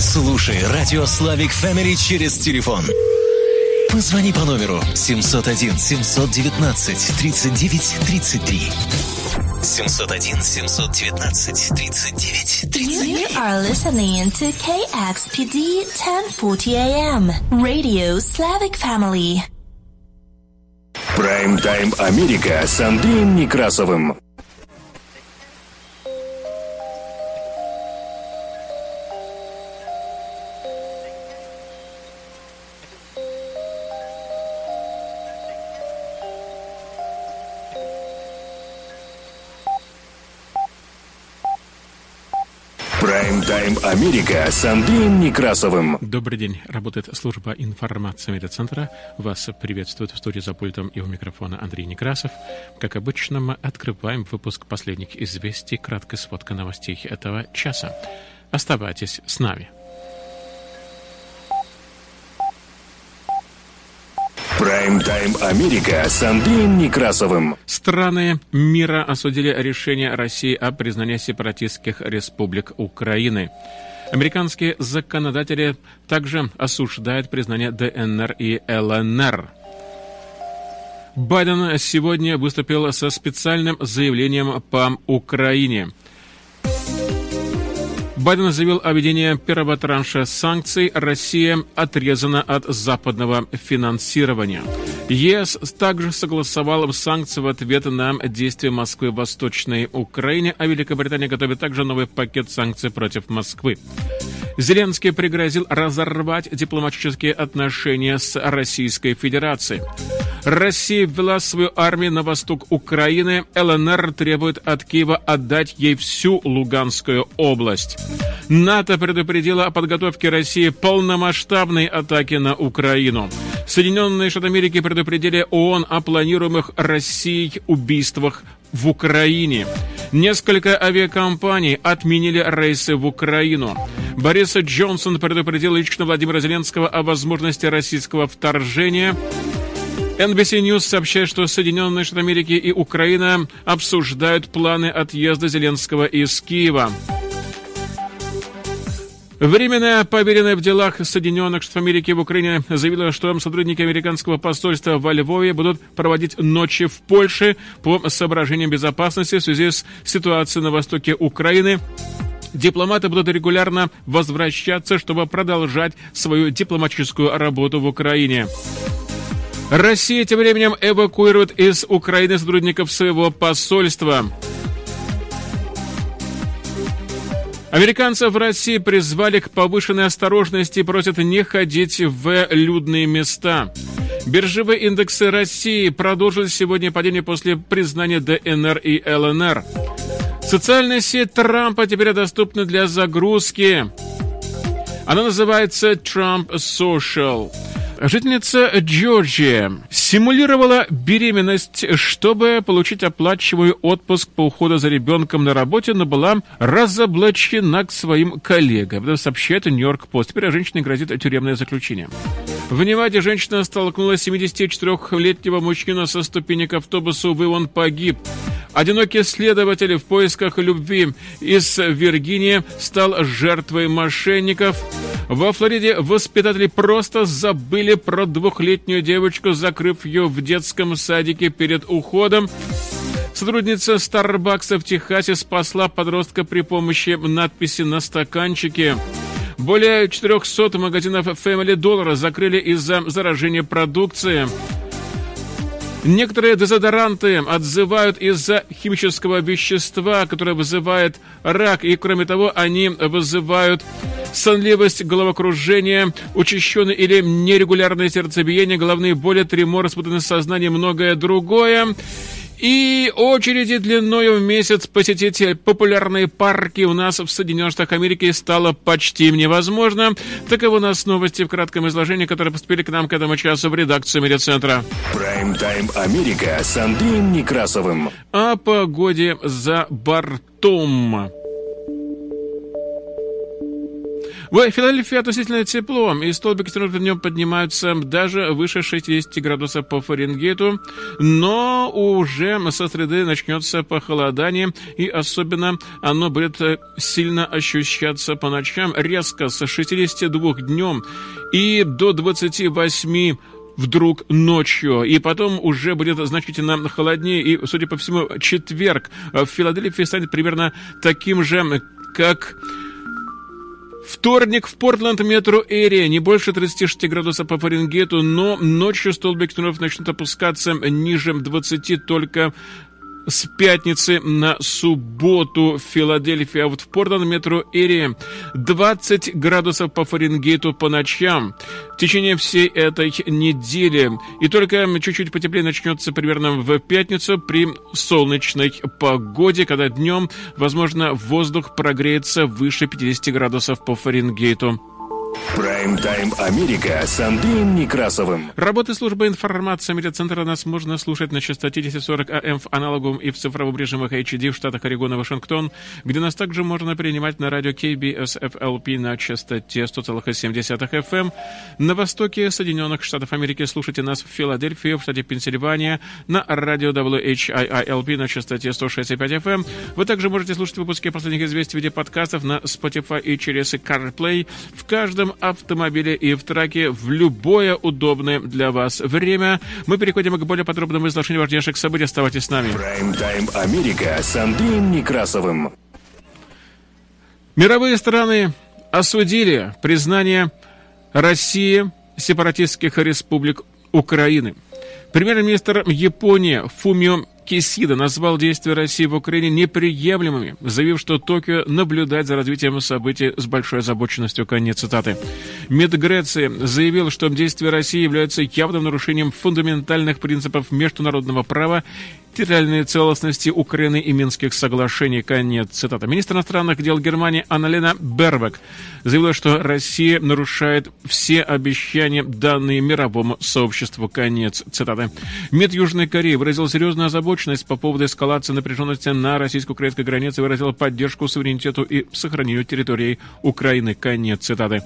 Слушай радио Slavic Family через телефон. Позвони по номеру 701-719-39-33. 701-719-39-33. You are listening to KXPD 1040 AM. Radio Slavic Family. Прайм-тайм Америка с Андреем Некрасовым. Прайм-тайм Америка с Андреем Некрасовым. Добрый день. Работает служба информации медиацентра. Вас приветствует в студии за пультом и у микрофона Андрей Некрасов. Как обычно, мы открываем выпуск последних известий, краткая сводка новостей этого часа. Оставайтесь с нами. Прайм-тайм Америка с Андреем Некрасовым. Страны мира осудили решение России о признании сепаратистских республик Украины. Американские законодатели также осуждают признание ДНР и ЛНР. Байден сегодня выступил со специальным заявлением по Украине. Байден заявил о введении первого транша санкций. Россия отрезана от западного финансирования. ЕС также согласовал санкции в ответ на действия Москвы в Восточной Украине, а Великобритания готовит также новый пакет санкций против Москвы. Зеленский пригрозил разорвать дипломатические отношения с Российской Федерацией. Россия ввела свою армию на восток Украины. ЛНР требует от Киева отдать ей всю Луганскую область. НАТО предупредило о подготовке России полномасштабной атаки на Украину. Соединенные Штаты Америки предупредили ООН о планируемых Россией убийствах в Украине. Несколько авиакомпаний отменили рейсы в Украину. Борис Джонсон предупредил лично Владимира Зеленского о возможности российского вторжения. NBC News сообщает, что Соединенные Штаты Америки и Украина обсуждают планы отъезда Зеленского из Киева. Временная поверенная в делах Соединенных Штатов Америки в Украине заявила, что сотрудники американского посольства во Львове будут проводить ночи в Польше по соображениям безопасности в связи с ситуацией на востоке Украины. Дипломаты будут регулярно возвращаться, чтобы продолжать свою дипломатическую работу в Украине. Россия тем временем эвакуирует из Украины сотрудников своего посольства. Американцев в России призвали к повышенной осторожности и просят не ходить в людные места. Биржевые индексы России продолжили сегодня падение после признания ДНР и ЛНР. Социальная сеть Трампа теперь доступна для загрузки. Она называется Trump Social. Жительница Джорджии симулировала беременность, чтобы получить оплачиваемый отпуск по уходу за ребенком на работе, но была разоблачена к своим коллегам. Это сообщает Нью-Йорк Пост. Теперь женщине грозит тюремное заключение. В Неваде женщина столкнула 74-летнего мужчину со ступенек автобуса. Увы, он погиб. Одинокий следователь в поисках любви из Виргинии стал жертвой мошенников. Во Флориде воспитатели просто забыли про 2-летнюю девочку, закрыв ее в детском садике перед уходом. Сотрудница Starbucks в Техасе спасла подростка при помощи надписи на стаканчике. Более 400 магазинов Family Dollar закрыли из-за заражения продукции. Некоторые дезодоранты отзывают из-за химического вещества, которое вызывает рак, и, кроме того, они вызывают сонливость, головокружение, учащенное или нерегулярное сердцебиение, головные боли, тремор, спутанное сознание и многое другое. И очереди длиною в месяц посетить популярные парки у нас в Соединенных Штатах Америки стало почти невозможно. Таковы у нас новости в кратком изложении, которые поступили к нам к этому часу в редакцию медиацентра. Прайм-тайм Америка с Андреем Некрасовым. О погоде за бортом. В Филадельфии относительно тепло, и столбики термометра днем поднимаются даже выше 60 градусов по Фаренгейту, но уже со среды начнется похолодание, и особенно оно будет сильно ощущаться по ночам, резко с 62 днем и до 28 вдруг ночью, и потом уже будет значительно холоднее, и, судя по всему, четверг в Филадельфии станет примерно таким же, как вторник в Портленд-метро-эре, не больше 36 градусов по Фаренгейту, но ночью столбики термометра начнут опускаться ниже 20 только с пятницы на субботу в Филадельфии, а вот в Портленд-метро-эре 20 градусов по Фаренгейту по ночам в течение всей этой недели. И только чуть-чуть потеплее начнется примерно в пятницу при солнечной погоде, когда днем, возможно, воздух прогреется выше 50 градусов по Фаренгейту. Прайм-тайм Америка с Андреем Некрасовым. Работы службы информации медиацентра нас можно слушать на частоте 1040 АМ в аналоговом и в цифровом режимах HD в штатах Орегон и Вашингтон, где нас также можно принимать на радио KBSFLP на частоте 100,7 FM. На востоке Соединенных Штатов Америки слушайте нас в Филадельфии, в штате Пенсильвания, на радио WHIILP на частоте 106,5 FM. Вы также можете слушать выпуски последних известий в виде подкастов на Spotify и через CarPlay в каждом автомобиле и в траке в любое удобное для вас время. Мы переходим к более подробному изложению важнейших событий. Оставайтесь с нами. Прайм-тайм Америка с Андреем Некрасовым. Мировые страны осудили признание России сепаратистских республик Украины. Премьер-министр Японии Фумио Кисида назвал действия России в Украине неприемлемыми, заявив, что Токио наблюдает за развитием событий с большой озабоченностью. Конец цитаты. МИД Греции заявил, что действия России являются явным нарушением фундаментальных принципов международного права, территориальной целостности Украины и Минских соглашений. Конец цитаты. Министр иностранных дел Германии Анна-Лена Бербок заявила, что Россия нарушает все обещания, данные мировому сообществу. Конец цитаты. МИД Южной Кореи выразил серьезную озабоченность по поводу эскалации напряженности на российско-украинской границе и выразил поддержку суверенитету и сохранению территории Украины. Конец цитаты.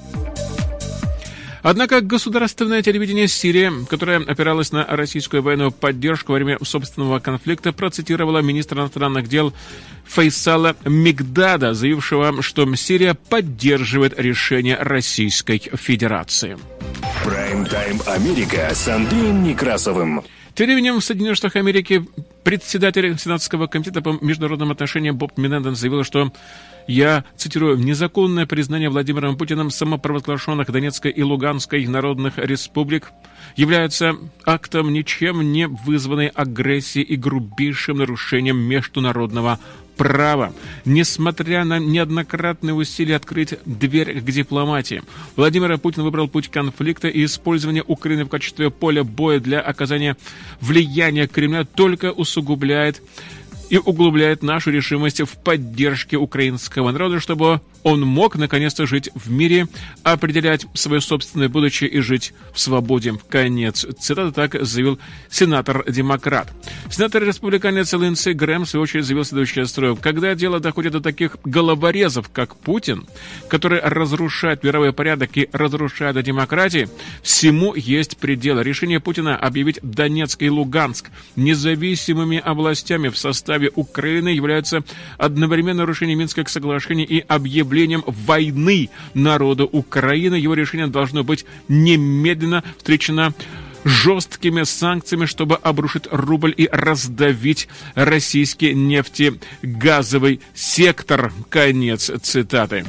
Однако государственное телевидение Сирии, которое опиралось на российскую военную поддержку во время собственного конфликта, процитировало министра иностранных дел Фейсала Мигдада, заявившего, что Сирия поддерживает решение Российской Федерации. Прайм-тайм Америка с Андреем Некрасовым. Тем временем в Соединенных Штатах Америки председатель Сенатского комитета по международным отношениям Боб Менендес заявил, что, я цитирую, «незаконное признание Владимиром Путиным самопровозглашенных Донецкой и Луганской народных республик является актом ничем не вызванной агрессии и грубейшим нарушением международного права. Несмотря на неоднократные усилия открыть дверь к дипломатии, Владимир Путин выбрал путь конфликта, и использование Украины в качестве поля боя для оказания влияния Кремля только усугубляет и углубляет нашу решимость в поддержке украинского народа, чтобы он мог наконец-то жить в мире, определять свое собственное будущее и жить в свободе». Конец цитаты. Так заявил сенатор-демократ. Сенатор-республиканец Линдси Грэм, в свою очередь, заявил следующее строю: «Когда дело доходит до таких головорезов, как Путин, который разрушает мировой порядок и разрушает демократию, всему есть предел. Решение Путина объявить Донецк и Луганск независимыми областями в составе Украины является одновременно нарушением Минских соглашений и объявлением войны народу Украины. Его решение должно быть немедленно встречено жесткими санкциями, чтобы обрушить рубль и раздавить российский нефтегазовый сектор». Конец цитаты.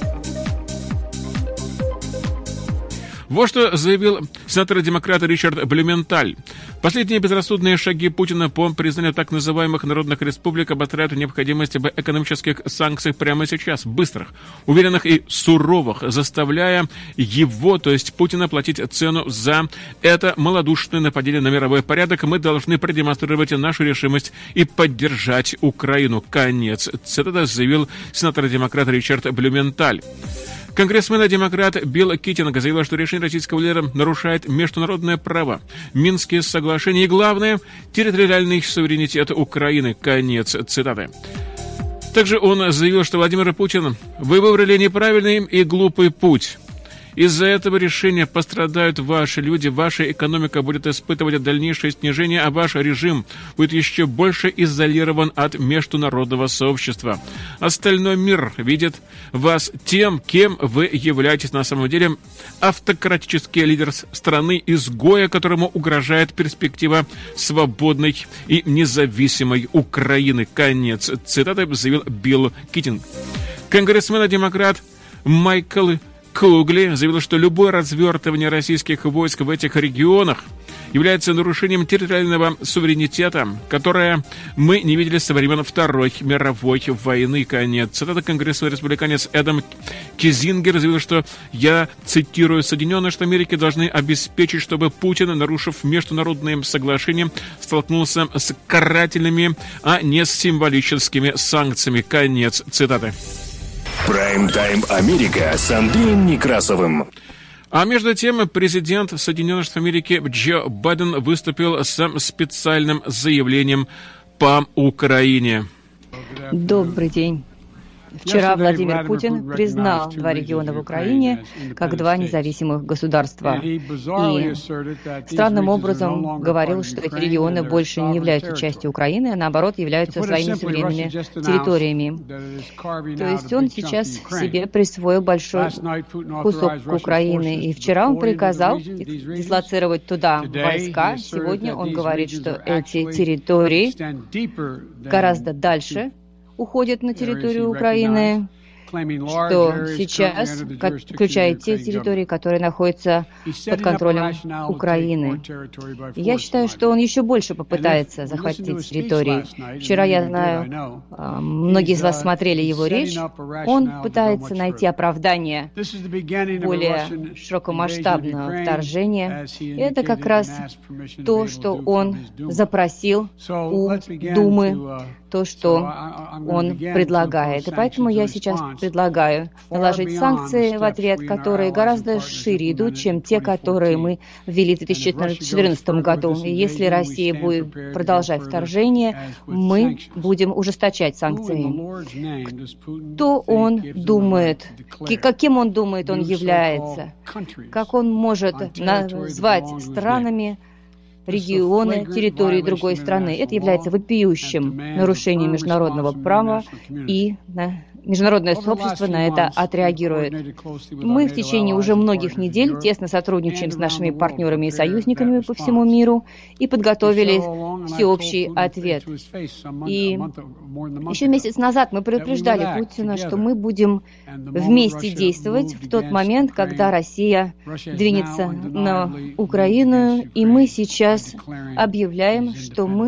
Вот что заявил сенатор-демократ Ричард Блюменталь. Последние безрассудные шаги Путина по признанию так называемых народных республик обостряют необходимость в экономических санкциях прямо сейчас, быстрых, уверенных и суровых, заставляя его, то есть Путина, платить цену за это малодушное нападение на мировой порядок. Мы должны продемонстрировать нашу решимость и поддержать Украину. Конец цитаты, заявил сенатор-демократ Ричард Блюменталь. Конгрессмен-демократ Билл Китинг заявил, что решение российского лидера нарушает международное право, Минские соглашения и, главное, территориальный суверенитет Украины. Конец цитаты. Также он заявил, что Владимир Путин, вы выбрали неправильный и глупый путь. Из-за этого решения пострадают ваши люди, ваша экономика будет испытывать дальнейшее снижение, а ваш режим будет еще больше изолирован от международного сообщества. Остальной мир видит вас тем, кем вы являетесь на самом деле. Автократический лидер страны-изгоя, которому угрожает перспектива свободной и независимой Украины. Конец цитаты, заявил Билл Китинг. Конгрессмен-демократ Майкл Кугли заявил, что любое развертывание российских войск в этих регионах является нарушением территориального суверенитета, которое мы не видели со времен Второй мировой войны. Конец цитаты. Конгрессмен-республиканец Эдам Кизингер заявил, что, я цитирую, Соединенные Штаты Америки должны обеспечить, чтобы Путин, нарушив международные соглашения, столкнулся с карательными, а не с символическими санкциями. Конец цитаты. Прайм-тайм Америка с Андреем Некрасовым. А между тем, президент Соединенных Штатов Америки Джо Байден выступил с специальным заявлением по Украине. Добрый день. Вчера Владимир Путин признал два региона в Украине как два независимых государства. И странным образом говорил, что эти регионы больше не являются частью Украины, а наоборот являются своими суверенными территориями. То есть он сейчас себе присвоил большой кусок Украины. И вчера он приказал дислоцировать туда войска. Сегодня он говорит, что эти территории гораздо дальше уходят на территорию Украины, что сейчас включает те территории, которые находятся под контролем Украины. И я считаю, что он еще больше попытается захватить территории. Вчера, я знаю, многие из вас смотрели его речь, он пытается найти оправдание более широкомасштабного вторжения. И это как раз то, что он запросил у Думы, то, что он предлагает. И поэтому я сейчас предлагаю наложить санкции в ответ, которые гораздо шире идут, чем те, которые мы ввели в 2014 году. И если Россия будет продолжать вторжение, мы будем ужесточать санкции. Кто он думает, каким он думает, он является, как он может назвать странами регионы, территории другой страны. Это является вопиющим нарушением международного права, и международное сообщество на это отреагирует. Мы в течение уже многих недель тесно сотрудничаем с нашими партнерами и союзниками по всему миру и подготовили всеобщий ответ. И еще месяц назад мы предупреждали Путина, что мы будем вместе действовать в тот момент, когда Россия двинется на Украину, и мы сейчас объявляем, что мы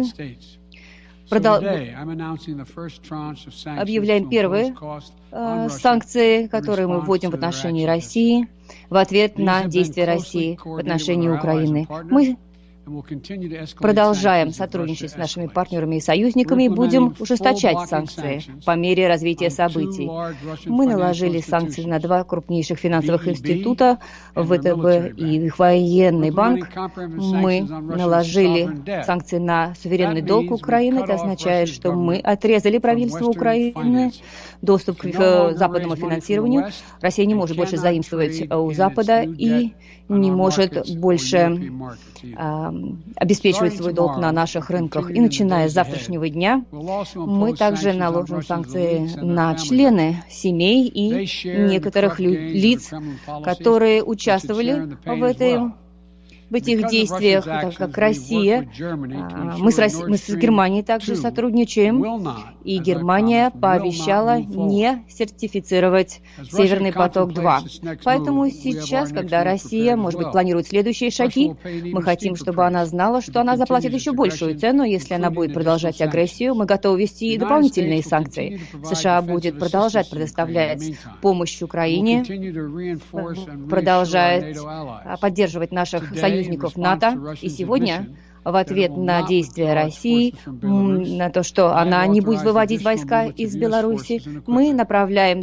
объявляем первые санкции, которые мы вводим в отношении России в ответ на действия России в отношении Украины. Мы продолжаем сотрудничать с нашими партнерами и союзниками и будем ужесточать санкции по мере развития событий. Мы наложили санкции на два крупнейших финансовых института, ВТБ и их военный банк. Мы наложили санкции на суверенный долг Украины. Это означает, что мы отрезали правительству Украины доступ к западному финансированию. Россия не может больше заимствовать у Запада и не может больше обеспечивать свой долг на наших рынках. И начиная с завтрашнего дня мы также наложим санкции на члены семей и некоторых лиц, которые участвовали в этих действиях, так как Россия, мы с Германией также сотрудничаем, и Германия пообещала не сертифицировать «Северный поток-2». Поэтому сейчас, когда Россия, может быть, планирует следующие шаги, мы хотим, чтобы она знала, что она заплатит еще большую цену, если она будет продолжать агрессию. Мы готовы ввести дополнительные санкции. США будет продолжать предоставлять помощь Украине, продолжать поддерживать наших союзников НАТО, и сегодня в ответ на действия России, на то, что она не будет выводить войска из Беларуси, мы направляем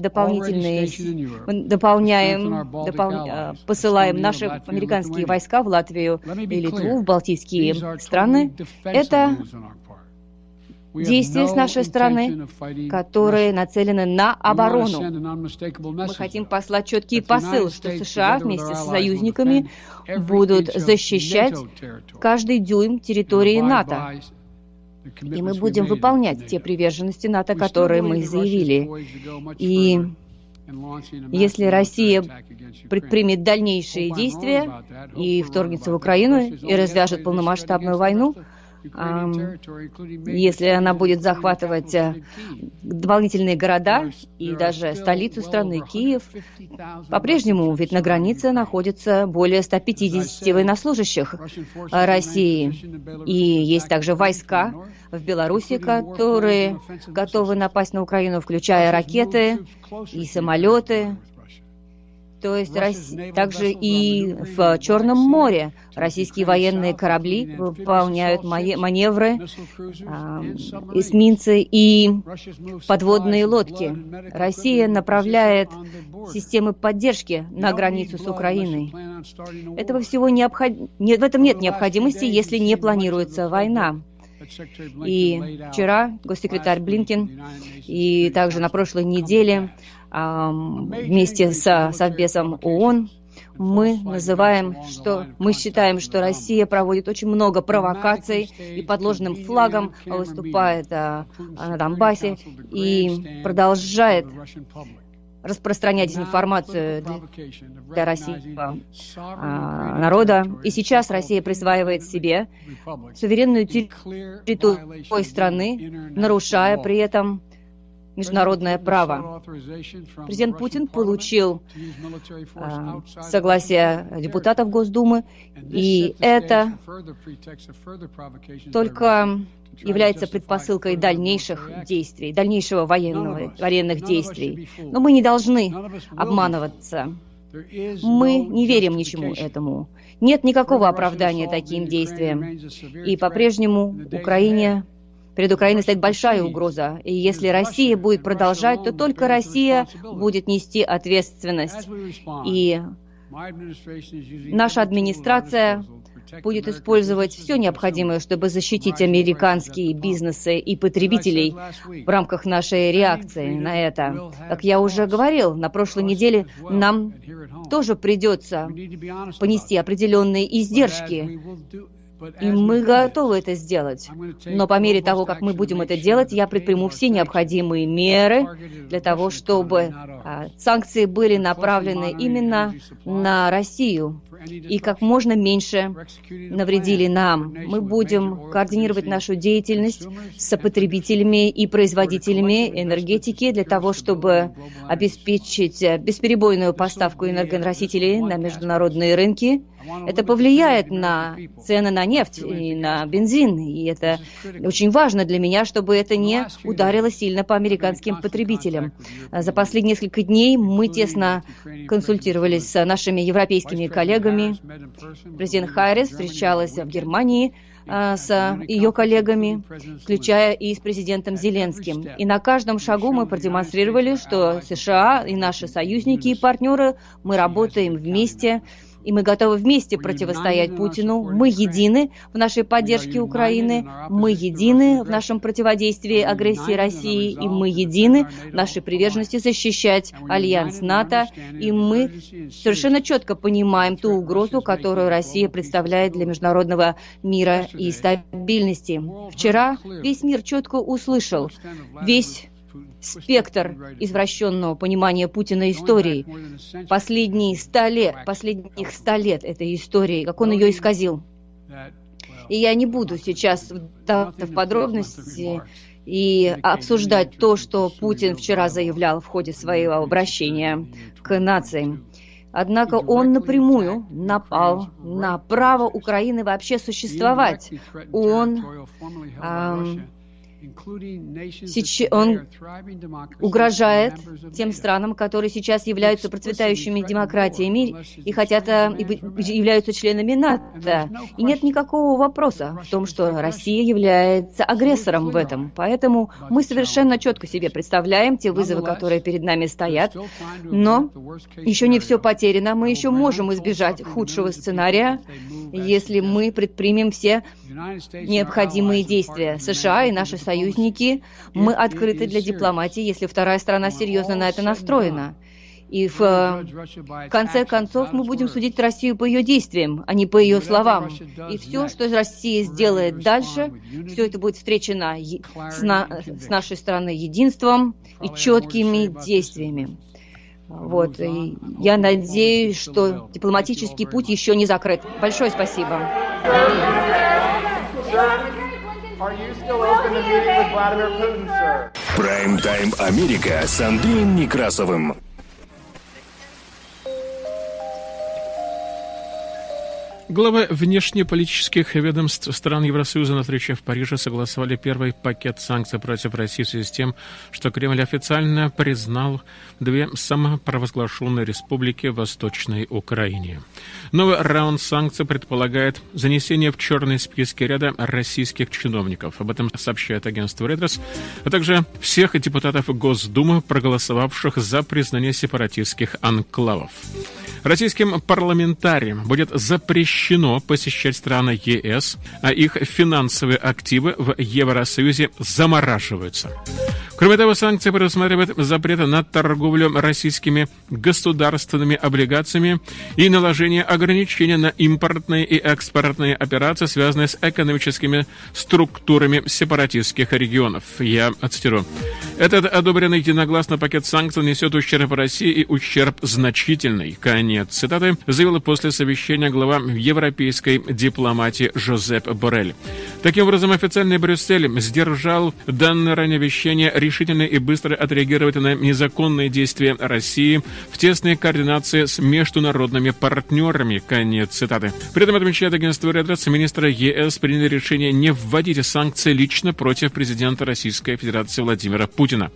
посылаем наши американские войска в Латвию и Литву, в Балтийские страны. Это действия с нашей стороны, которые нацелены на оборону. Мы хотим послать четкий посыл, что США вместе с союзниками будут защищать каждый дюйм территории НАТО. И мы будем выполнять те приверженности НАТО, которые мы заявили. И если Россия предпримет дальнейшие действия и вторгнется в Украину и развяжет полномасштабную войну, если она будет захватывать дополнительные города и даже столицу страны, Киев, по-прежнему ведь на границе находится более 150 военнослужащих России. И есть также войска в Беларуси, которые готовы напасть на Украину, включая ракеты и самолеты. То есть также и в Черном море российские военные корабли выполняют маневры, эсминцы и подводные лодки. Россия направляет системы поддержки на границу с Украиной. Этого всего в этом нет необходимости, если не планируется война. И вчера госсекретарь Блинкен и также на прошлой неделе вместе с Совбезом ООН мы считаем, что Россия проводит очень много провокаций и под ложным флагом выступает на Донбассе и продолжает распространять информацию для российского народа. И сейчас Россия присваивает себе суверенную территорию той страны, нарушая при этом международное право. Президент Путин получил согласие депутатов Госдумы, и это только является предпосылкой дальнейших действий, дальнейшего военных действий. Но мы не должны обманываться. Мы не верим ничему этому. Нет никакого оправдания таким действиям. И по-прежнему перед Украиной стоит большая угроза. И если Россия будет продолжать, то только Россия будет нести ответственность. И наша администрация будет использовать все необходимое, чтобы защитить американские бизнесы и потребителей в рамках нашей реакции на это. Как я уже говорил, на прошлой неделе нам тоже придется понести определенные издержки. И мы готовы это сделать. Но по мере того, как мы будем это делать, я предприму все необходимые меры для того, чтобы санкции были направлены именно на Россию и как можно меньше навредили нам. Мы будем координировать нашу деятельность с потребителями и производителями энергетики для того, чтобы обеспечить бесперебойную поставку энергоносителей на международные рынки. Это повлияет на цены на нефть и на бензин, и это очень важно для меня, чтобы это не ударило сильно по американским потребителям. За последние несколько дней мы тесно консультировались с нашими европейскими коллегами. Президент Харрис встречалась в Германии с ее коллегами, включая и с президентом Зеленским. И на каждом шагу мы продемонстрировали, что США и наши союзники и партнеры, мы работаем вместе, и мы готовы вместе противостоять Путину. Мы едины в нашей поддержке Украины, мы едины в нашем противодействии агрессии России, и мы едины в нашей приверженности защищать альянс НАТО, и мы совершенно четко понимаем ту угрозу, которую Россия представляет для международного мира и стабильности. Вчера весь мир четко услышал весь спектр извращенного понимания Путина истории. Последних 100 лет этой истории, как он ее исказил. И я не буду сейчас вдаваться в подробности и обсуждать то, что Путин вчера заявлял в ходе своего обращения к нациям. Однако он напрямую напал на право Украины вообще существовать. Он угрожает тем странам, которые сейчас являются процветающими демократиями и являются членами НАТО. И нет никакого вопроса в том, что Россия является агрессором в этом. Поэтому мы совершенно четко себе представляем те вызовы, которые перед нами стоят. Но еще не все потеряно. Мы еще можем избежать худшего сценария, если мы предпримем все необходимые действия. США и наши союзники, мы открыты для дипломатии, если вторая сторона серьезно на это настроена. И в конце концов мы будем судить Россию по ее действиям, а не по ее словам. И все, что Россия сделает дальше, все это будет встречено с нашей стороны единством и четкими действиями. Вот. И я надеюсь, что дипломатический путь еще не закрыт. Большое спасибо. Прайм-тайм Америка с Андреем Некрасовым. Главы внешнеполитических ведомств стран Евросоюза на встрече в Париже согласовали первый пакет санкций против России в связи с тем, что Кремль официально признал две самопровозглашенные республики в Восточной Украине. Новый раунд санкций предполагает занесение в черные списки ряда российских чиновников. Об этом сообщает агентство Reuters, а также всех депутатов Госдумы, проголосовавших за признание сепаратистских анклавов. Российским парламентариям будет запрещено посещать страны ЕС, а их финансовые активы в Евросоюзе замораживаются. Кроме того, санкции предусматривают запрет на торговлю российскими государственными облигациями и наложение ограничений на импортные и экспортные операции, связанные с экономическими структурами сепаратистских регионов. Я цитирую. Этот одобренный единогласно пакет санкций несет ущерб России и ущерб значительный. Конец цитаты, заявил после совещания глава европейской дипломатии Жозеп Боррель. Таким образом, официальный Брюссель сдержал данное ранее вещание решительно и быстро отреагировать на незаконные действия России в тесной координации с международными партнерами. Конец цитаты. При этом, отмечает агентство Reuters, министры ЕС приняли решение не вводить санкции лично против президента Российской Федерации Владимира Путина.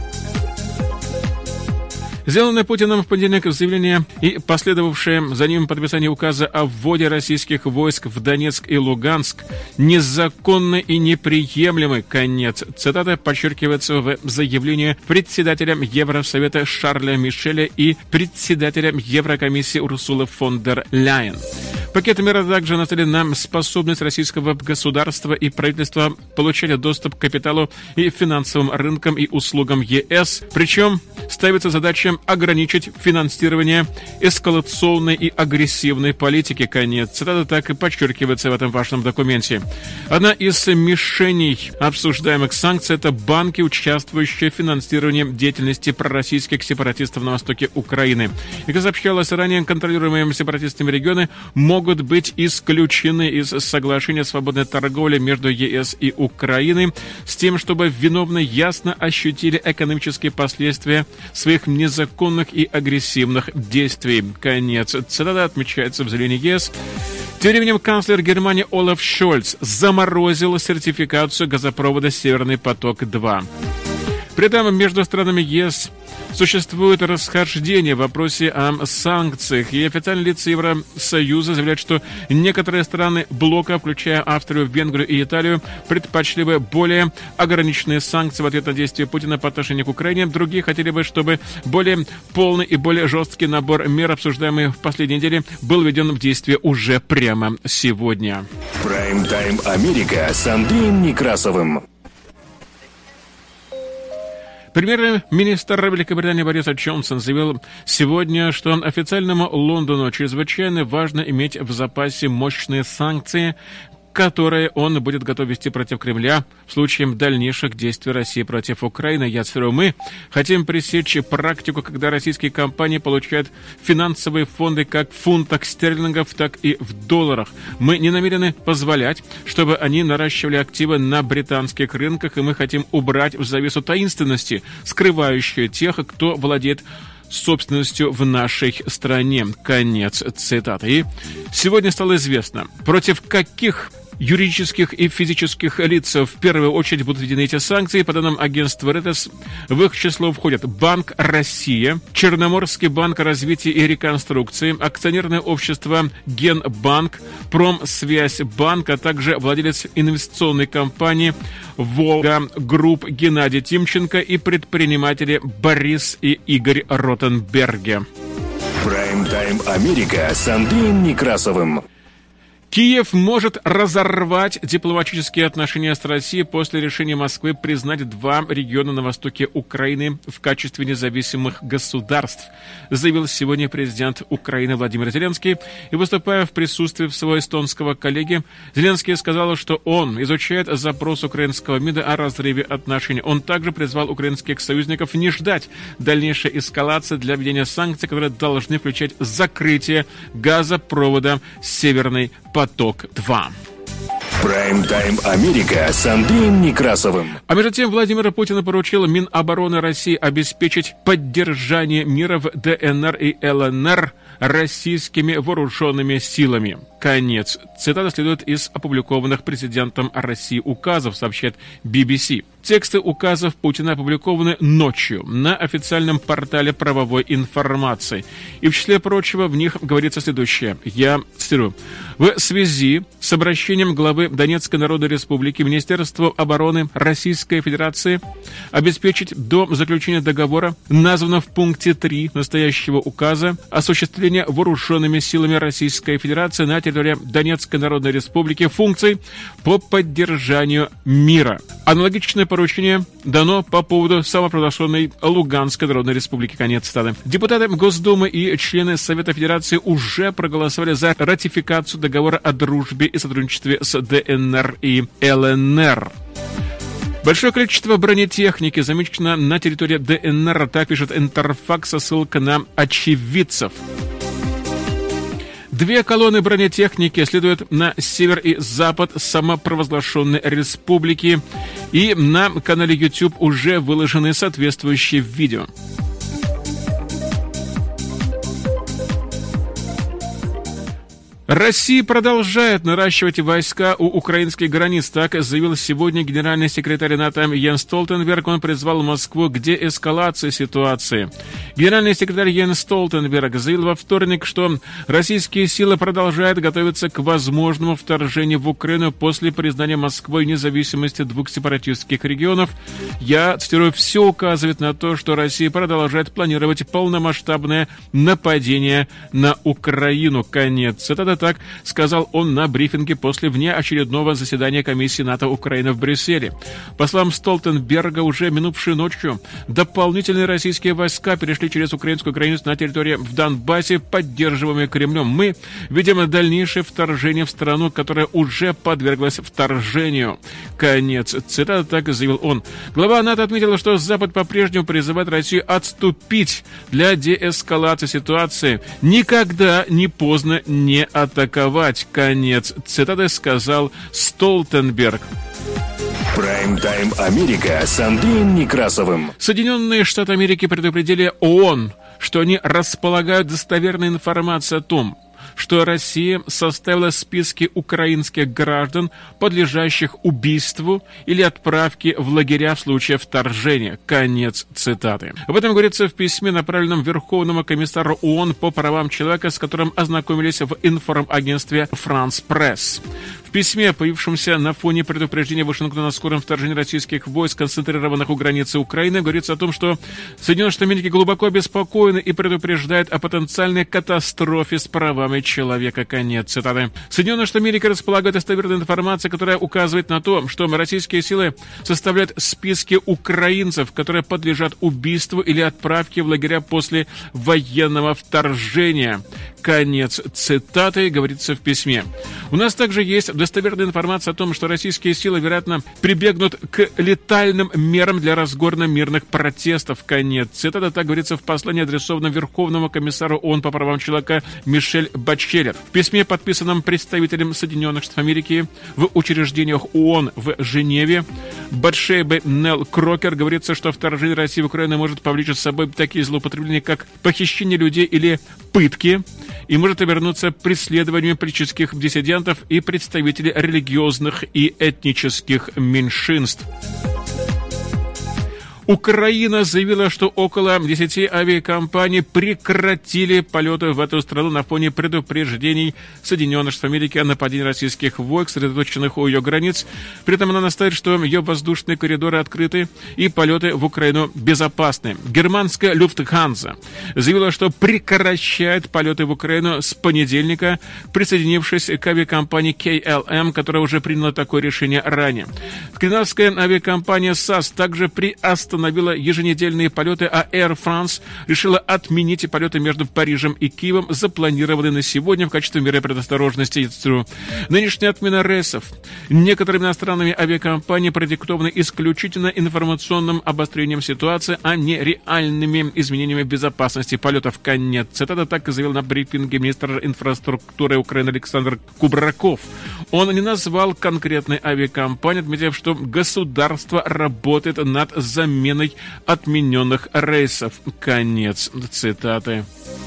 Сделанное Путиным в понедельник заявление и последовавшее за ним подписание указа о вводе российских войск в Донецк и Луганск незаконно и неприемлемы. Конец цитаты подчеркивается в заявлении председателя Евросовета Шарля Мишеля и председателя Еврокомиссии Урсулы фон дер Ляйен. Пакет мер также нацелен на способность российского государства и правительства получать доступ к капиталу и финансовым рынкам и услугам ЕС, причем ставится задача ограничить финансирование эскалационной и агрессивной политики. Конец цитаты так и подчеркивается в этом важном документе. Одна из мишеней обсуждаемых санкций – это банки, участвующие в финансировании деятельности пророссийских сепаратистов на востоке Украины. И, как сообщалось ранее, контролируемые сепаратистами регионы могут быть исключены из соглашения о свободной торговле между ЕС и Украиной с тем, чтобы виновные ясно ощутили экономические последствия своих незаконных и агрессивных действий. Конец цитаты, отмечается в заявлении ЕС. Тем временем канцлер Германии Олаф Шольц заморозил сертификацию газопровода «Северный поток-2». При этом между странами ЕС существует расхождение в вопросе о санкциях, и официальные лица Евросоюза заявляют, что некоторые страны блока, включая Австрию, Венгрию и Италию, предпочли бы более ограниченные санкции в ответ на действия Путина по отношению к Украине. Другие хотели бы, чтобы более полный и более жесткий набор мер, обсуждаемый в последней неделе, был введен в действие уже прямо сегодня. Прайм-тайм Америка с Андреем Некрасовым. Премьер-министр Великобритании Борис Джонсон заявил сегодня, что официальному Лондону чрезвычайно важно иметь в запасе мощные санкции, которые он будет готов вести против Кремля в случае дальнейших действий России против Украины. Я цитирую: «Мы хотим пресечь практику, когда российские компании получают финансовые фонды как в фунтах стерлингов, так и в долларах. Мы не намерены позволять, чтобы они наращивали активы на британских рынках, и мы хотим убрать в завесу таинственности, скрывающую тех, кто владеет собственностью в нашей стране». Конец цитаты. И сегодня стало известно, против каких юридических и физических лиц в первую очередь будут введены эти санкции. По данным агентства Reuters, в их число входят Банк Россия, Черноморский банк развития и реконструкции, акционерное общество Генбанк, Промсвязьбанк, а также владелец инвестиционной компании Волга Групп Геннадий Тимченко и предприниматели Борис и Игорь Ротенберги. Прайм-тайм Америка с Андреем Некрасовым. Киев может разорвать дипломатические отношения с Россией после решения Москвы признать 2 региона на востоке Украины в качестве независимых государств, заявил сегодня президент Украины Владимир Зеленский. И выступая в присутствии своего эстонского коллеги, Зеленский сказал, что он изучает запрос украинского МИДа о разрыве отношений. Он также призвал украинских союзников не ждать дальнейшей эскалации для введения санкций, которые должны включать закрытие газопровода «Северный поток-2». Прайм-тайм Америка с Андреем Некрасовым. А между тем Владимир Путин поручил Минобороны России обеспечить поддержание мира в ДНР и ЛНР российскими вооруженными силами. Конец. Цитата следует из опубликованных президентом России указов, сообщает BBC. Тексты указов Путина опубликованы ночью на официальном портале правовой информации. И в числе прочего в них говорится следующее. Я цитирую. В связи с обращением главы Донецкой Народной Республики Министерству обороны Российской Федерации обеспечить до заключения договора, названного в пункте 3 настоящего указа, осуществление вооруженными силами Российской Федерации на территории Донецкой Народной Республики функций по поддержанию мира. Аналогичное поручение дано по поводу самопровозглашенной Луганской Народной Республики. Конец цитаты. Депутаты Госдумы и члены Совета Федерации уже проголосовали за ратификацию договора о дружбе и сотрудничестве с ДНР и ЛНР. Большое количество бронетехники замечено на территории ДНР, так пишет Интерфакс со ссылкой на очевидцев. 2 колонны бронетехники следуют на север и запад самопровозглашенной республики, и на канале YouTube уже выложены соответствующие видео. Россия продолжает наращивать войска у украинских границ, так заявил сегодня генеральный секретарь НАТО Йенс Столтенберг. Он призвал Москву к деэскалации ситуации. Генеральный секретарь Йенс Столтенберг заявил во вторник, что российские силы продолжают готовиться к возможному вторжению в Украину после признания Москвой независимости 2 сепаратистских регионов. Я цитирую: «Все указывает на то, что Россия продолжает планировать полномасштабное нападение на Украину». Конец цитаты. Так сказал он на брифинге после внеочередного заседания комиссии НАТО Украина в Брюсселе. По словам Столтенберга, уже минувшую ночью дополнительные российские войска перешли через украинскую границу на территории в Донбассе, поддерживаемые Кремлем. Мы видим дальнейшее вторжение в страну, которая уже подверглась вторжению. Конец цитаты, так заявил он. Глава НАТО отметила, что Запад по-прежнему призывает Россию отступить для деэскалации ситуации. Никогда не поздно не атаковать. Конец цитаты, сказал Столтенберг. Прайм-тайм Америка с Андреем Некрасовым. Соединенные Штаты Америки предупредили ООН, что они располагают достоверной информацией о том, что Россия составила списки украинских граждан, подлежащих убийству или отправке в лагеря в случае вторжения. Конец цитаты. Об этом говорится в письме, направленном Верховному комиссару ООН по правам человека, с которым ознакомились в информагентстве «Франс Пресс». В письме, появившемся на фоне предупреждения Вашингтона о скором вторжении российских войск, концентрированных у границы Украины, говорится о том, что Соединенные Штаты Америки глубоко обеспокоены и предупреждают о потенциальной катастрофе с правами человека. Конец цитаты. Соединенные Штаты Америки располагают достоверной информацией, которая указывает на то, что российские силы составляют списки украинцев, которые подлежат убийству или отправке в лагеря после военного вторжения. Конец цитаты, говорится в письме. У нас также есть достоверная информация о том, что российские силы, вероятно, прибегнут к летальным мерам для разгона мирных протестов. Конец цитаты, так говорится в послании, адресованном Верховному комиссару ООН по правам человека Мишель Бачелет. В письме, подписанном представителем Соединенных Штатов Америки в учреждениях ООН в Женеве, Батшебе Нелл Крокер, говорится, что вторжение России в Украину может повлечь за собой такие злоупотребления, как похищение людей или пытки, и может обернуться преследованием политических диссидентов и представителей религиозных и этнических меньшинств. Украина заявила, что около 10 авиакомпаний прекратили полеты в эту страну на фоне предупреждений Соединенных Штатов Америки о нападении российских войск, сосредоточенных у ее границ. При этом она настаивает, что ее воздушные коридоры открыты и полеты в Украину безопасны. Германская Люфтханза заявила, что прекращает полеты в Украину с понедельника, присоединившись к авиакомпании KLM, которая уже приняла такое решение ранее. Скандинавская авиакомпания SAS также приостановила еженедельные полеты, а Air France решила отменить полеты между Парижем и Киевом, запланированные на сегодня в качестве меры предосторожности. Нынешняя отмена рейсов некоторыми иностранными авиакомпаниями продиктована исключительно информационным обострением ситуации, а не реальными изменениями безопасности полетов. Конец цитаты. Так заявил на брифинге министр инфраструктуры Украины Александр Кубраков. Он не назвал конкретной авиакомпании, отметив, что государство работает над заменой отмененных рейсов. Конец цитаты.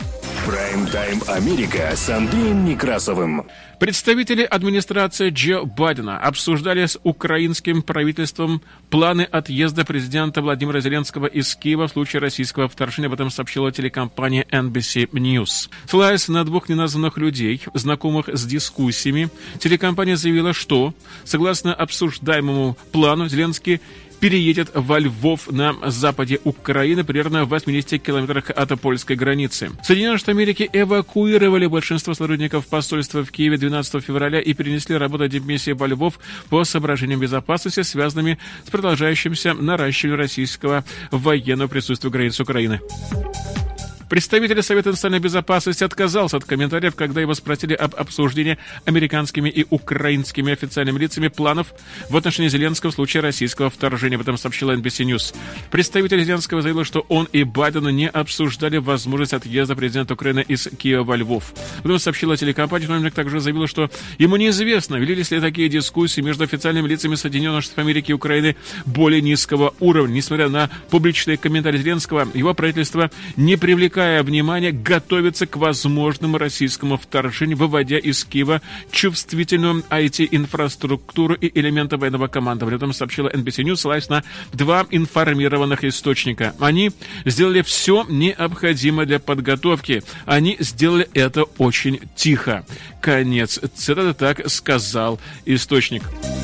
Прайм-тайм Америка с Андреем Некрасовым. Представители администрации Джо Байдена обсуждали с украинским правительством планы отъезда президента Владимира Зеленского из Киева в случае российского вторжения. Об этом сообщила телекомпания NBC News. Ссылаясь на двух неназванных людей, знакомых с дискуссиями, телекомпания заявила, что, согласно обсуждаемому плану, Зеленский переедет во Львов на западе Украины, примерно в 80 километрах от польской границы. Соединенные Штаты Америки эвакуировали большинство сотрудников посольства в Киеве 12 февраля и перенесли работу дипмиссии во Львов по соображениям безопасности, связанными с продолжающимся наращиванием российского военного присутствия у границ Украины. Представитель Совета национальной безопасности отказался от комментариев, когда его спросили об обсуждении американскими и украинскими официальными лицами планов в отношении Зеленского в случае российского вторжения. Об этом сообщила NBC News. Представитель Зеленского заявил, что он и Байден не обсуждали возможность отъезда президента Украины из Киева во Львов. Об этом сообщила телекомпания. Номер также заявила, что ему неизвестно, велись ли такие дискуссии между официальными лицами Соединенных Штатов Америки и Украины более низкого уровня. Несмотря на публичные комментарии Зеленского, его правительство не привлекает внимание, готовится к возможному российскому вторжению, выводя из Киева чувствительную IT-инфраструктуру и элементы военного командования. Об этом сообщила NBC News, ссылаясь на два информированных источника. Они сделали все необходимое для подготовки. Они сделали это очень тихо. Конец цитаты, так сказал источник.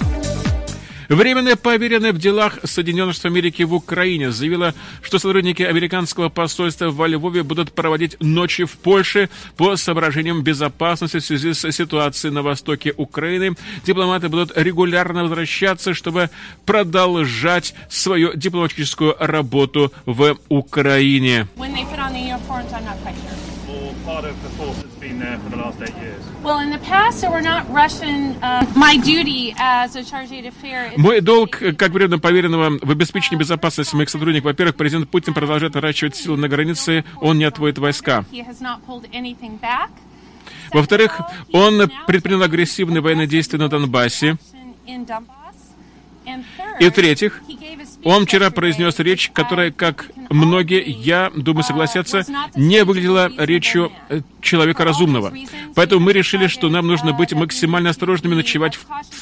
Временная поверенная в делах Соединенных Штатов Америки в Украине заявила, что сотрудники американского посольства во Львове будут проводить ночи в Польше по соображениям безопасности в связи с ситуацией на востоке Украины. Дипломаты будут регулярно возвращаться, чтобы продолжать свою дипломатическую работу в Украине. Мой долг, как временно поверенного в обеспечении безопасности моих сотрудников, во-первых, президент Путин продолжает наращивать силы на границе, он не отводит войска. Во-вторых, он предпринял агрессивные военные действия на Донбассе. И в-третьих, он вчера произнес речь, которая, как многие, я думаю, согласятся, не выглядела речью человека разумного. Поэтому мы решили, что нам нужно быть максимально осторожными, ночевать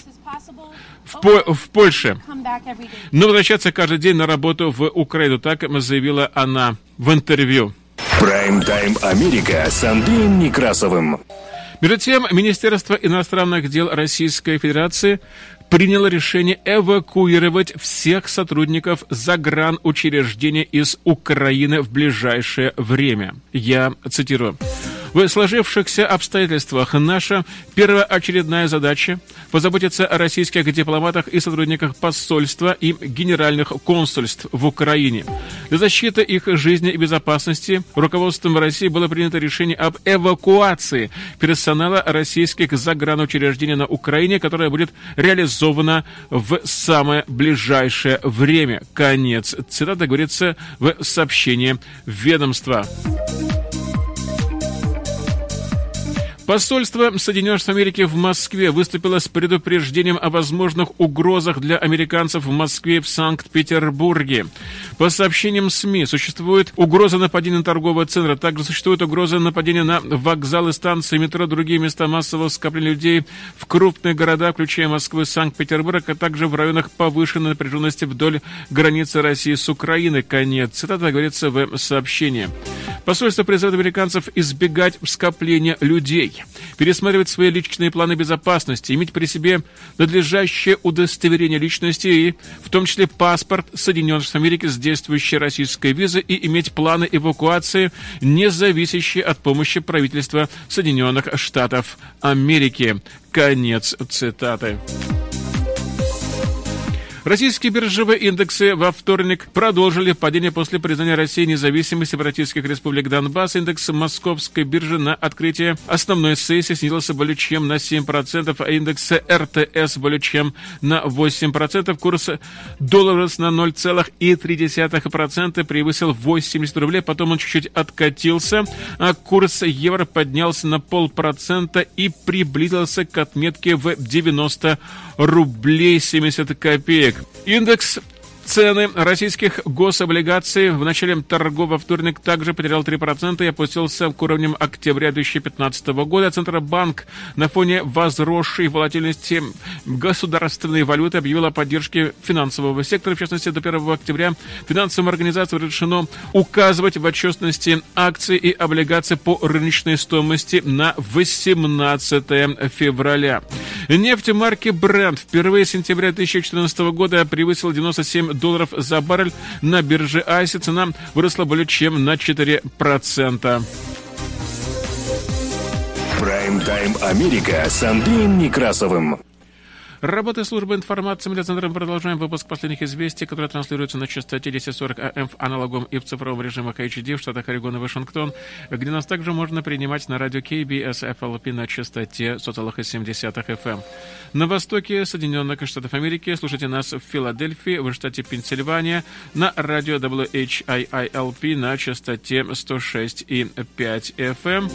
в Польше, но возвращаться каждый день на работу в Украину. Так заявила она в интервью. Прайм-тайм Америка с Андреем Некрасовым. Между тем, Министерство иностранных дел Российской Федерации приняло решение эвакуировать всех сотрудников загранучреждений из Украины в ближайшее время. Я цитирую. В сложившихся обстоятельствах наша первоочередная задача – позаботиться о российских дипломатах и сотрудниках посольства и генеральных консульств в Украине. Для защиты их жизни и безопасности руководством России было принято решение об эвакуации персонала российских загранучреждений на Украине, которое будет реализовано в самое ближайшее время. Конец цитаты, говорится в сообщении ведомства. Посольство Соединенных Штатов Америки в Москве выступило с предупреждением о возможных угрозах для американцев в Москве и в Санкт-Петербурге. По сообщениям СМИ, существует угроза нападения на торговые центры, также существует угроза нападения на вокзалы, станции, метро, другие места массового скопления людей в крупных городах, включая Москву и Санкт-Петербург, а также в районах повышенной напряженности вдоль границы России с Украиной. Конец цитаты, говорится в сообщении. Посольство призывает американцев избегать скопления людей, пересматривать свои личные планы безопасности, иметь при себе надлежащее удостоверение личности и, в том числе, паспорт Соединенных Штатов Америки с действующей российской визой и иметь планы эвакуации, не зависящие от помощи правительства Соединенных Штатов Америки. Конец цитаты. Российские биржевые индексы во вторник продолжили падение после признания России независимой сепаратистских республик Донбасс. Индекс Московской биржи на открытие основной сессии снизился более чем на 7%, а индекс РТС более чем на 8%. Курс доллара на 0,3% превысил 80 рублей, потом он чуть-чуть откатился, а курс евро поднялся на 0,5% и приблизился к отметке в 90 рублей 70 копеек. Индекс цены российских гособлигаций в начале торгов во вторник также потерял 3% и опустился к уровням октября 2015 года. Центробанк на фоне возросшей волатильности государственной валюты объявил о поддержке финансового сектора. В частности, до 1 октября финансовым организациям разрешено указывать в отчетности акции и облигации по рыночной стоимости на 18 февраля. Нефть марки Brent впервые с сентября 2014 года превысила $97 за баррель на бирже ICE. Цена выросла более чем на 4%. Прайм-тайм Америка с Андреем Некрасовым. Работая службы информации медиацентра, мы продолжаем выпуск последних известий, которые транслируются на частоте 1040 АМ в аналоговом и в цифровом режимах HD в штатах Орегон и Вашингтон, где нас также можно принимать на радио KBS FLP на частоте 100,7 FM. На востоке Соединенных Штатов Америки слушайте нас в Филадельфии, в штате Пенсильвания, на радио WHIILP на частоте 106,5 FM.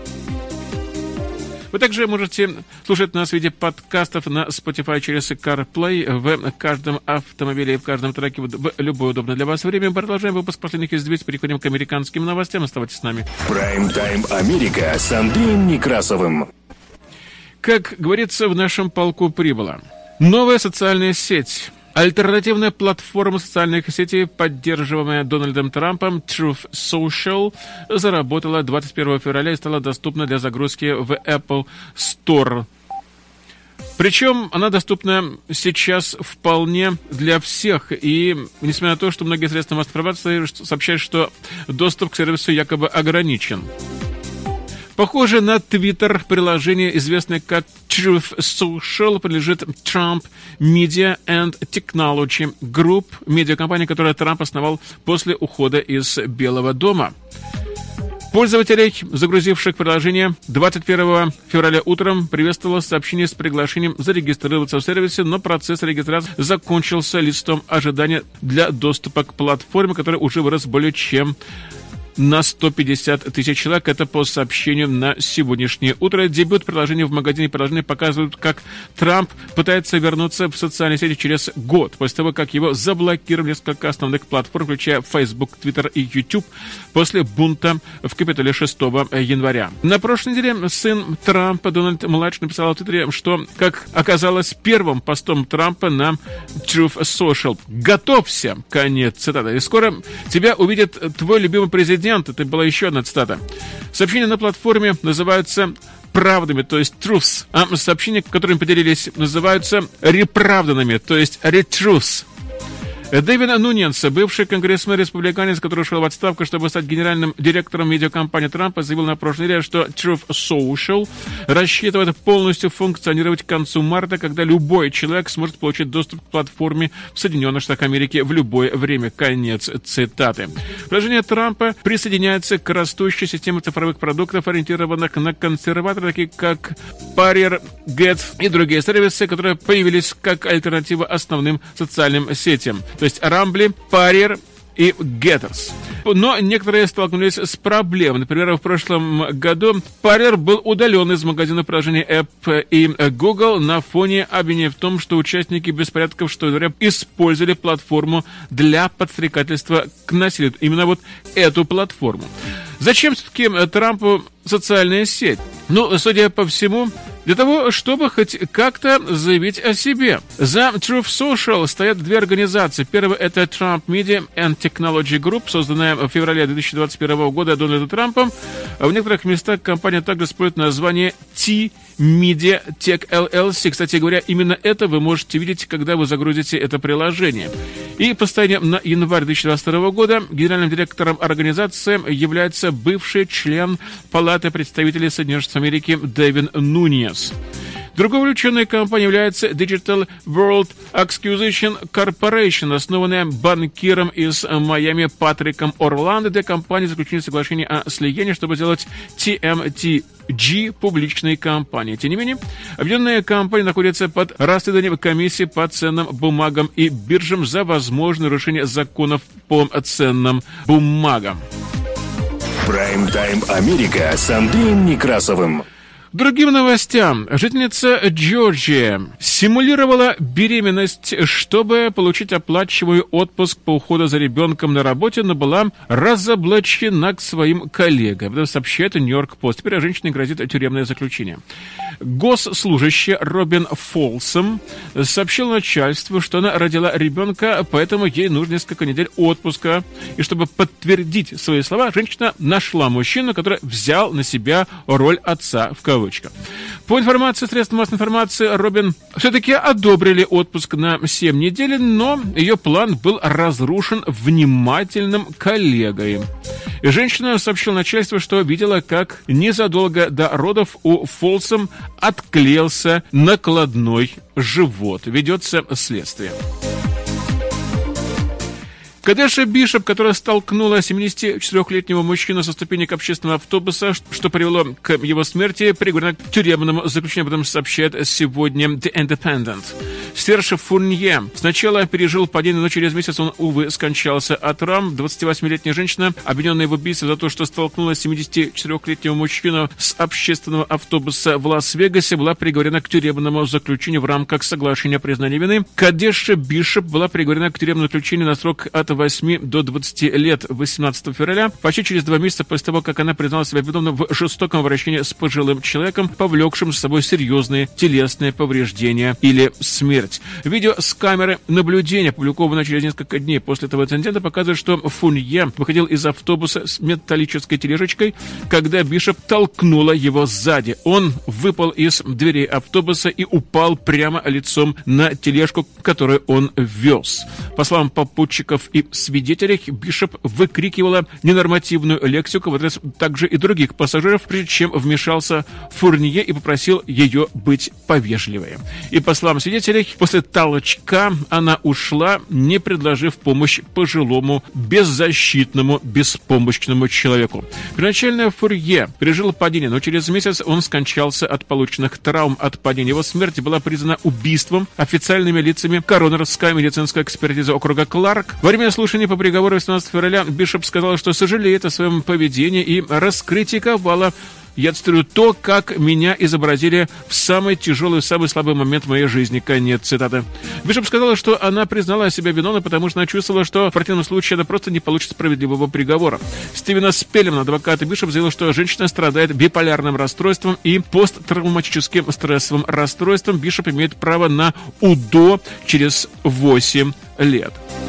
Вы также можете слушать нас в виде подкастов на Spotify через CarPlay в каждом автомобиле и в каждом треке в любое удобное для вас время. Мы продолжаем выпуск последних известий, переходим к американским новостям. Оставайтесь с нами. Прайм-тайм Америка с Андреем Некрасовым. Как говорится, в нашем полку прибыло. Новая социальная сеть. Альтернативная платформа социальных сетей, поддерживаемая Дональдом Трампом, Truth Social, заработала 21 февраля и стала доступна для загрузки в Apple Store. Причем она доступна сейчас вполне для всех. И несмотря на то, что многие средства массовой информации сообщают, что доступ к сервису якобы ограничен. Похоже на Twitter, приложение, известное как Truth Social, принадлежит Trump Media and Technology Group, медиакомпания, которую Трамп основал после ухода из Белого дома. Пользователей, загрузивших приложение, 21 февраля утром приветствовало сообщение с приглашением зарегистрироваться в сервисе, но процесс регистрации закончился листом ожидания для доступа к платформе, который уже вырос более чем на 150 тысяч человек. Это по сообщению на сегодняшнее утро. Дебют приложения в магазине приложений показывает, как Трамп пытается вернуться в социальные сети через год, после того, как его заблокировали несколько основных платформ, включая Facebook, Twitter и YouTube, после бунта в Капитолии 6 января. На прошлой неделе сын Трампа, Дональд-младший, написал в Твиттере, что, как оказалось, первым постом Трампа на Truth Social. «Готовься!» Конец цитаты. «И скоро тебя увидит твой любимый президент». Это была еще одна цитата. Сообщения на платформе называются правдами, то есть truths, а сообщения, которыми поделились, называются реправданными, то есть retruths. Дэвид Нуньенс, бывший конгрессмен-республиканец, который ушел в отставку, чтобы стать генеральным директором медиакомпании Трампа, заявил на прошлой неделе, что Truth Social рассчитывает полностью функционировать к концу марта, когда любой человек сможет получить доступ к платформе в Соединенных Штатах Америки в любое время. Конец цитаты. Приложение Трампа присоединяется к растущей системе цифровых продуктов, ориентированных на консерваторы, такие как Parler, Get и другие сервисы, которые появились как альтернатива основным социальным сетям. То есть Рамбли, Parler, и Getters. Но некоторые столкнулись с проблемой. Например, в прошлом году Parler был удален из магазина приложений App и Google на фоне обвинения в том, что участники беспорядков, что говоря, использовали платформу для подстрекательства к насилию. Именно вот эту платформу. Зачем все-таки Трампу социальная сеть? Ну, судя по всему, для того, чтобы хоть как-то заявить о себе. За Truth Social стоят две организации. Первая — это Trump Media and Technology Group, созданная в феврале 2021 года Дональдом Трампом. В некоторых местах компания также использует название T-Media Tech LLC. Кстати говоря, именно это вы можете видеть, когда вы загрузите это приложение. И по состоянию на январь 2022 года генеральным директором организации является бывший член Палаты представителей Соединенных Штатов Америки Дэвин Нуньес. Другой увлеченной компанией является Digital World Acquisition Corporation, основанная банкиром из Майами Патриком Орландо. Для компании заключили соглашение о слиянии, чтобы сделать TMTG публичной компанией. Тем не менее, объединенная компания находится под расследованием комиссии по ценным бумагам и биржам за возможное нарушение законов по ценным бумагам. Прайм-тайм Америка с Андреем Некрасовым. Другим новостям. Жительница Джорджии симулировала беременность, чтобы получить оплачиваемый отпуск по уходу за ребенком на работе, но была разоблачена к своим коллегам. Это сообщает Нью-Йорк Пост. Теперь женщине грозит тюремное заключение. Госслужащая Робин Фолсом сообщила начальству, что она родила ребенка, поэтому ей нужно несколько недель отпуска. И чтобы подтвердить свои слова, женщина нашла мужчину, который взял на себя роль отца в кавычках. По информации средств массовой информации, Робин все-таки одобрили отпуск на 7 недель, но ее план был разрушен внимательным коллегой. И женщина сообщила начальству, что видела, как незадолго до родов у Фолсом отклеился накладной живот. Ведется следствие. Кадеша Бишоп, которая столкнула 74-летнего мужчину со ступенек общественного автобуса, что привело к его смерти, приговорена к тюремному заключению, об этом сообщает сегодня The Independent. Серж Фурнье сначала пережил падение, но через месяц он, увы, скончался от травм. 28-летняя женщина, обвиненная в убийстве за то, что столкнула 74-летнего мужчину с общественного автобуса в Лас-Вегасе, была приговорена к тюремному заключению в рамках соглашения о признании вины. Кадеша Бишоп была приговорена к тюремному заключению на срок от 8 до 20 лет 18 февраля, почти через 2 месяца после того, как она признала себя виновной в жестоком обращении с пожилым человеком, повлекшим с собой серьезные телесные повреждения или смерть. Видео с камеры наблюдения, опубликованное через несколько дней после этого инцидента, показывает, что Фунье выходил из автобуса с металлической тележечкой, когда Бишоп толкнула его сзади. Он выпал из дверей автобуса и упал прямо лицом на тележку, которую он вез. По словам попутчиков и свидетелей, Бишоп выкрикивала ненормативную лексику в адрес также и других пассажиров, прежде чем вмешался Фурнье и попросил ее быть повежливее. И по словам свидетелей, после толчка она ушла, не предложив помощь пожилому, беззащитному, беспомощному человеку. Первоначально Фурнье пережил падение, но через месяц он скончался от полученных травм от падения. Его смерть была признана убийством официальными лицами коронерская медицинская экспертиза округа Кларк. Во время слушания по приговору 18 февраля Бишоп сказала, что сожалеет о своем поведении и раскритиковала, я цитирую, то, как меня изобразили в самый тяжелый, самый слабый момент моей жизни. Конец цитаты. Бишоп сказала, что она признала себя виновной, потому что она чувствовала, что в противном случае она просто не получит справедливого приговора. Стивена Спеллман, адвокат Бишоп, заявил, что женщина страдает биполярным расстройством и посттравматическим стрессовым расстройством. Бишоп имеет право на УДО через 8 лет.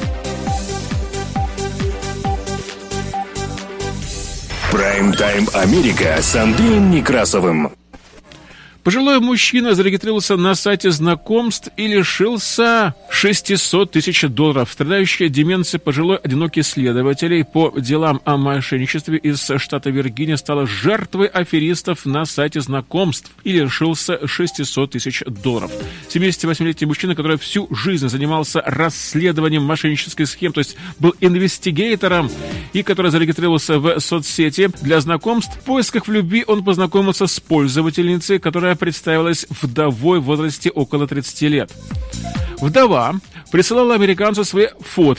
Прайм-тайм Америка с Андреем Некрасовым. Пожилой мужчина зарегистрировался на сайте знакомств и лишился $600 тысяч. Страдающий деменцией пожилой одинокий следователь по делам о мошенничестве из штата Виргиния стала жертвой аферистов на сайте знакомств и лишился $600 тысяч. 78-летний мужчина, который всю жизнь занимался расследованием мошеннической схемы, то есть был инвестигейтором, и который зарегистрировался в соцсети для знакомств. В поисках в любви он познакомился с пользовательницей, которая представилась вдовой в возрасте около 30 лет. Вдова присылала американцу свои фотки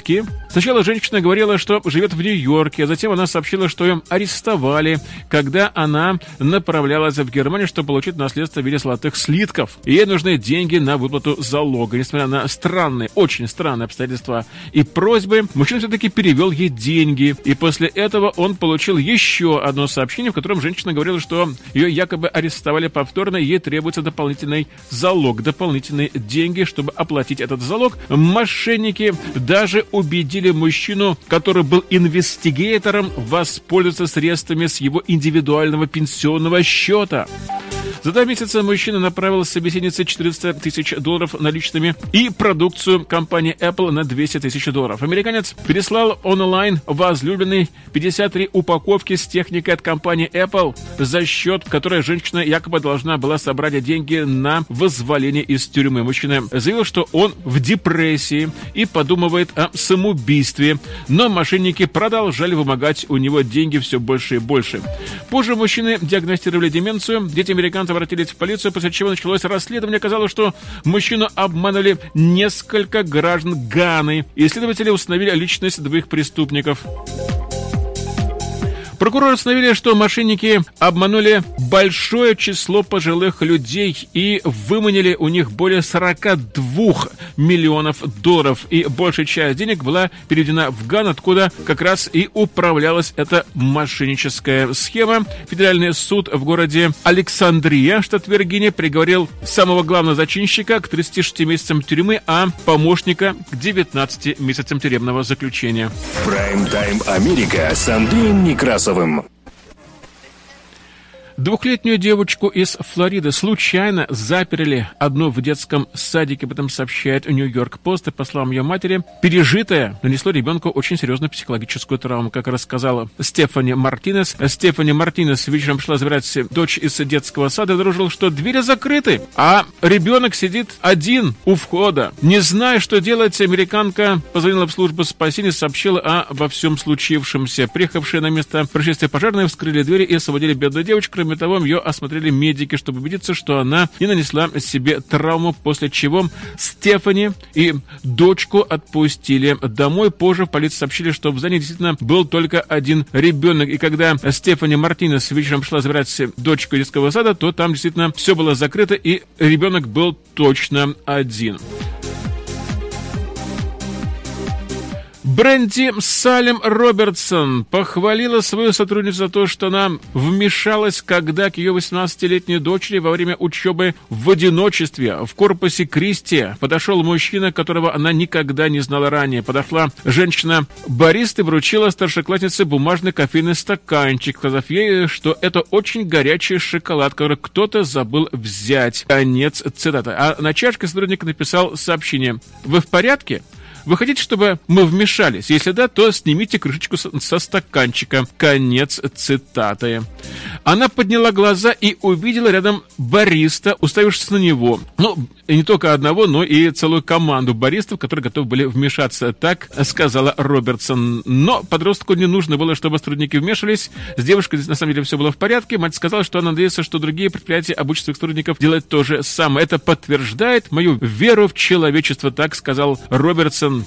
Сначала женщина говорила, что живет в Нью-Йорке, а затем она сообщила, что ее арестовали, когда она направлялась в Германию, чтобы получить наследство в виде золотых слитков. И ей нужны деньги на выплату залога. Несмотря на странные, очень странные обстоятельства и просьбы, мужчина все-таки перевел ей деньги. И после этого он получил еще одно сообщение, в котором женщина говорила, что ее якобы арестовали повторно, и ей требуется дополнительный залог, дополнительные деньги, чтобы оплатить этот залог. Мошенники даже убедили мужчину, который был инвестигатором, воспользоваться средствами с его индивидуального пенсионного счета. За 2 месяца мужчина направил собеседнице $400 тысяч наличными и продукцию компании Apple на $200 тысяч. Американец переслал онлайн возлюбленной 53 упаковки с техникой от компании Apple, за счет которой женщина якобы должна была собрать деньги на вызволение из тюрьмы. Мужчина заявил, что он в депрессии и подумывает о самоубийстве, но мошенники продолжали вымогать у него деньги все больше и больше. Позже мужчины диагностировали деменцию, дети американцев обратились в полицию, после чего началось расследование. Оказалось, что мужчину обманули несколько граждан Ганы, и следователи установили личность 2 преступников. Прокуроры установили, что мошенники обманули большое число пожилых людей и выманили у них более $42 миллионов, и большая часть денег была переведена в Гану, откуда как раз и управлялась эта мошенническая схема. Федеральный суд в городе Александрия, штат Виргиния, приговорил самого главного зачинщика к 36 месяцам тюрьмы, а помощника к 19 месяцам тюремного заключения. Прайм-тайм Америка с Андреем Некрасовым. 2-летнюю девочку из Флориды случайно заперли одну в детском садике, об этом сообщает Нью-Йорк Пост, и, по словам ее матери, пережитое нанесло ребенку очень серьезную психологическую травму, как рассказала Стефани Мартинес. Стефани Мартинес вечером шла забирать дочь из детского сада и обнаружила, что двери закрыты, а ребенок сидит один у входа. Не зная, что делать, американка позвонила в службу спасения и сообщила обо всем случившемся. Приехавшие на место происшествия пожарные вскрыли двери и освободили бедную девочку. Кроме того, ее осмотрели медики, чтобы убедиться, что она не нанесла себе травму, после чего Стефани и дочку отпустили домой. Позже в полиции сообщили, что в здании действительно был только один ребенок. И когда Стефани Мартинес вечером шла забирать дочку из детского сада, то там действительно все было закрыто, и ребенок был точно один. Бренди Салем Робертсон похвалила свою сотрудницу за то, что она вмешалась, когда к ее 18-летней дочери во время учебы в одиночестве в корпусе Кристи подошел мужчина, которого она никогда не знала ранее. Подошла женщина-бариста и вручила старшекласснице бумажный кофейный стаканчик, сказав ей, что это очень горячий шоколад, который кто-то забыл взять. Конец цитаты. А на чашке сотрудник написал сообщение: «Вы в порядке? Вы хотите, чтобы мы вмешались? Если да, то снимите крышечку со стаканчика». Конец цитаты. Она подняла глаза и увидела рядом бариста, уставившись на него. И не только одного, но и целую команду баристов, которые готовы были вмешаться. Так сказала Робертсон. Но подростку не нужно было, чтобы сотрудники вмешались. С девушкой на самом деле все было в порядке. Мать сказала, что она надеется, что другие предприятия обучат своих сотрудников делать то же самое. Это подтверждает мою веру в человечество, так сказал Робертсон.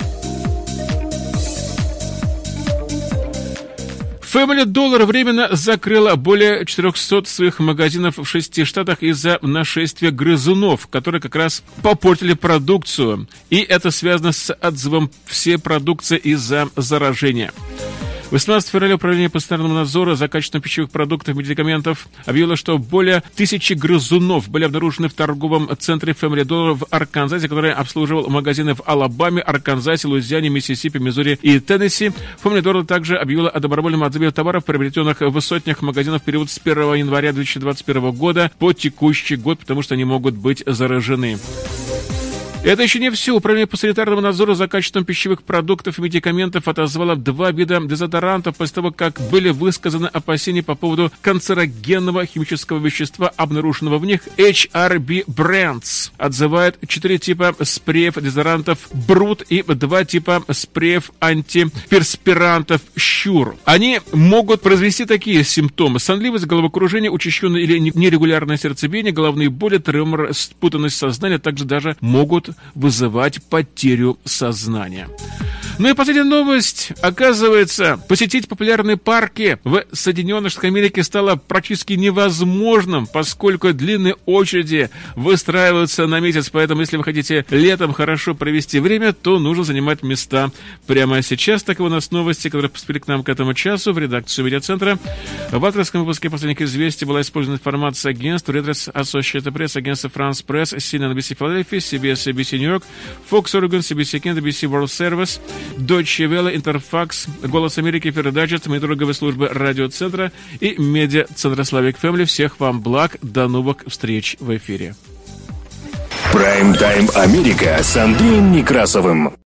Family Dollar временно закрыла более 400 своих магазинов в 6 штатах из-за нашествия грызунов, которые как раз попортили продукцию. И это связано с отзывом всей продукции из-за заражения. 18 февраля Управление постоянного надзора за качеством пищевых продуктов и медикаментов объявило, что более 1000 грызунов были обнаружены в торговом центре Family Dollar в Арканзасе, который обслуживал магазины в Алабаме, Арканзасе, Луизиане, Миссисипи, Миссури и Теннесси. Family Dollar также объявила о добровольном отзыве товаров, приобретенных в сотнях магазинов в период с 1 января 2021 года по текущий год, потому что они могут быть заражены. Это еще не все. Управление по санитарному надзору за качеством пищевых продуктов и медикаментов отозвало 2 вида дезодорантов после того, как были высказаны опасения по поводу канцерогенного химического вещества, обнаруженного в них. HRB Brands отзывает 4 типа спреев дезодорантов Brut и 2 типа спреев антиперспирантов Sure. Они могут произвести такие симптомы: сонливость, головокружение, учащенное или нерегулярное сердцебиение, головные боли, тремор, спутанность сознания, также даже могут вызывать потерю сознания. Ну и последняя новость. Оказывается, посетить популярные парки в Соединенных Штатах Америки стало практически невозможным, поскольку длинные очереди выстраиваются на месяц. Поэтому, если вы хотите летом хорошо провести время, то нужно занимать места прямо сейчас. Таковы у нас новости, которые поступили к нам к этому часу в редакцию медиацентра. В авторском выпуске «Последних известий» была использована информация агентств Reuters, Associated Press, агентства France Press, CNN, NBC Philadelphia, CBS, ABC New York, Fox Oregon, CBC Kent, ABC World Service, Deutsche Welle, Интерфакс, Голос Америки, Фердаджет, мониторинговые службы радиоцентра и медиацентра Slavic Family. Всех вам благ. До новых встреч в эфире. Прайм-тайм Америка с Андреем Некрасовым.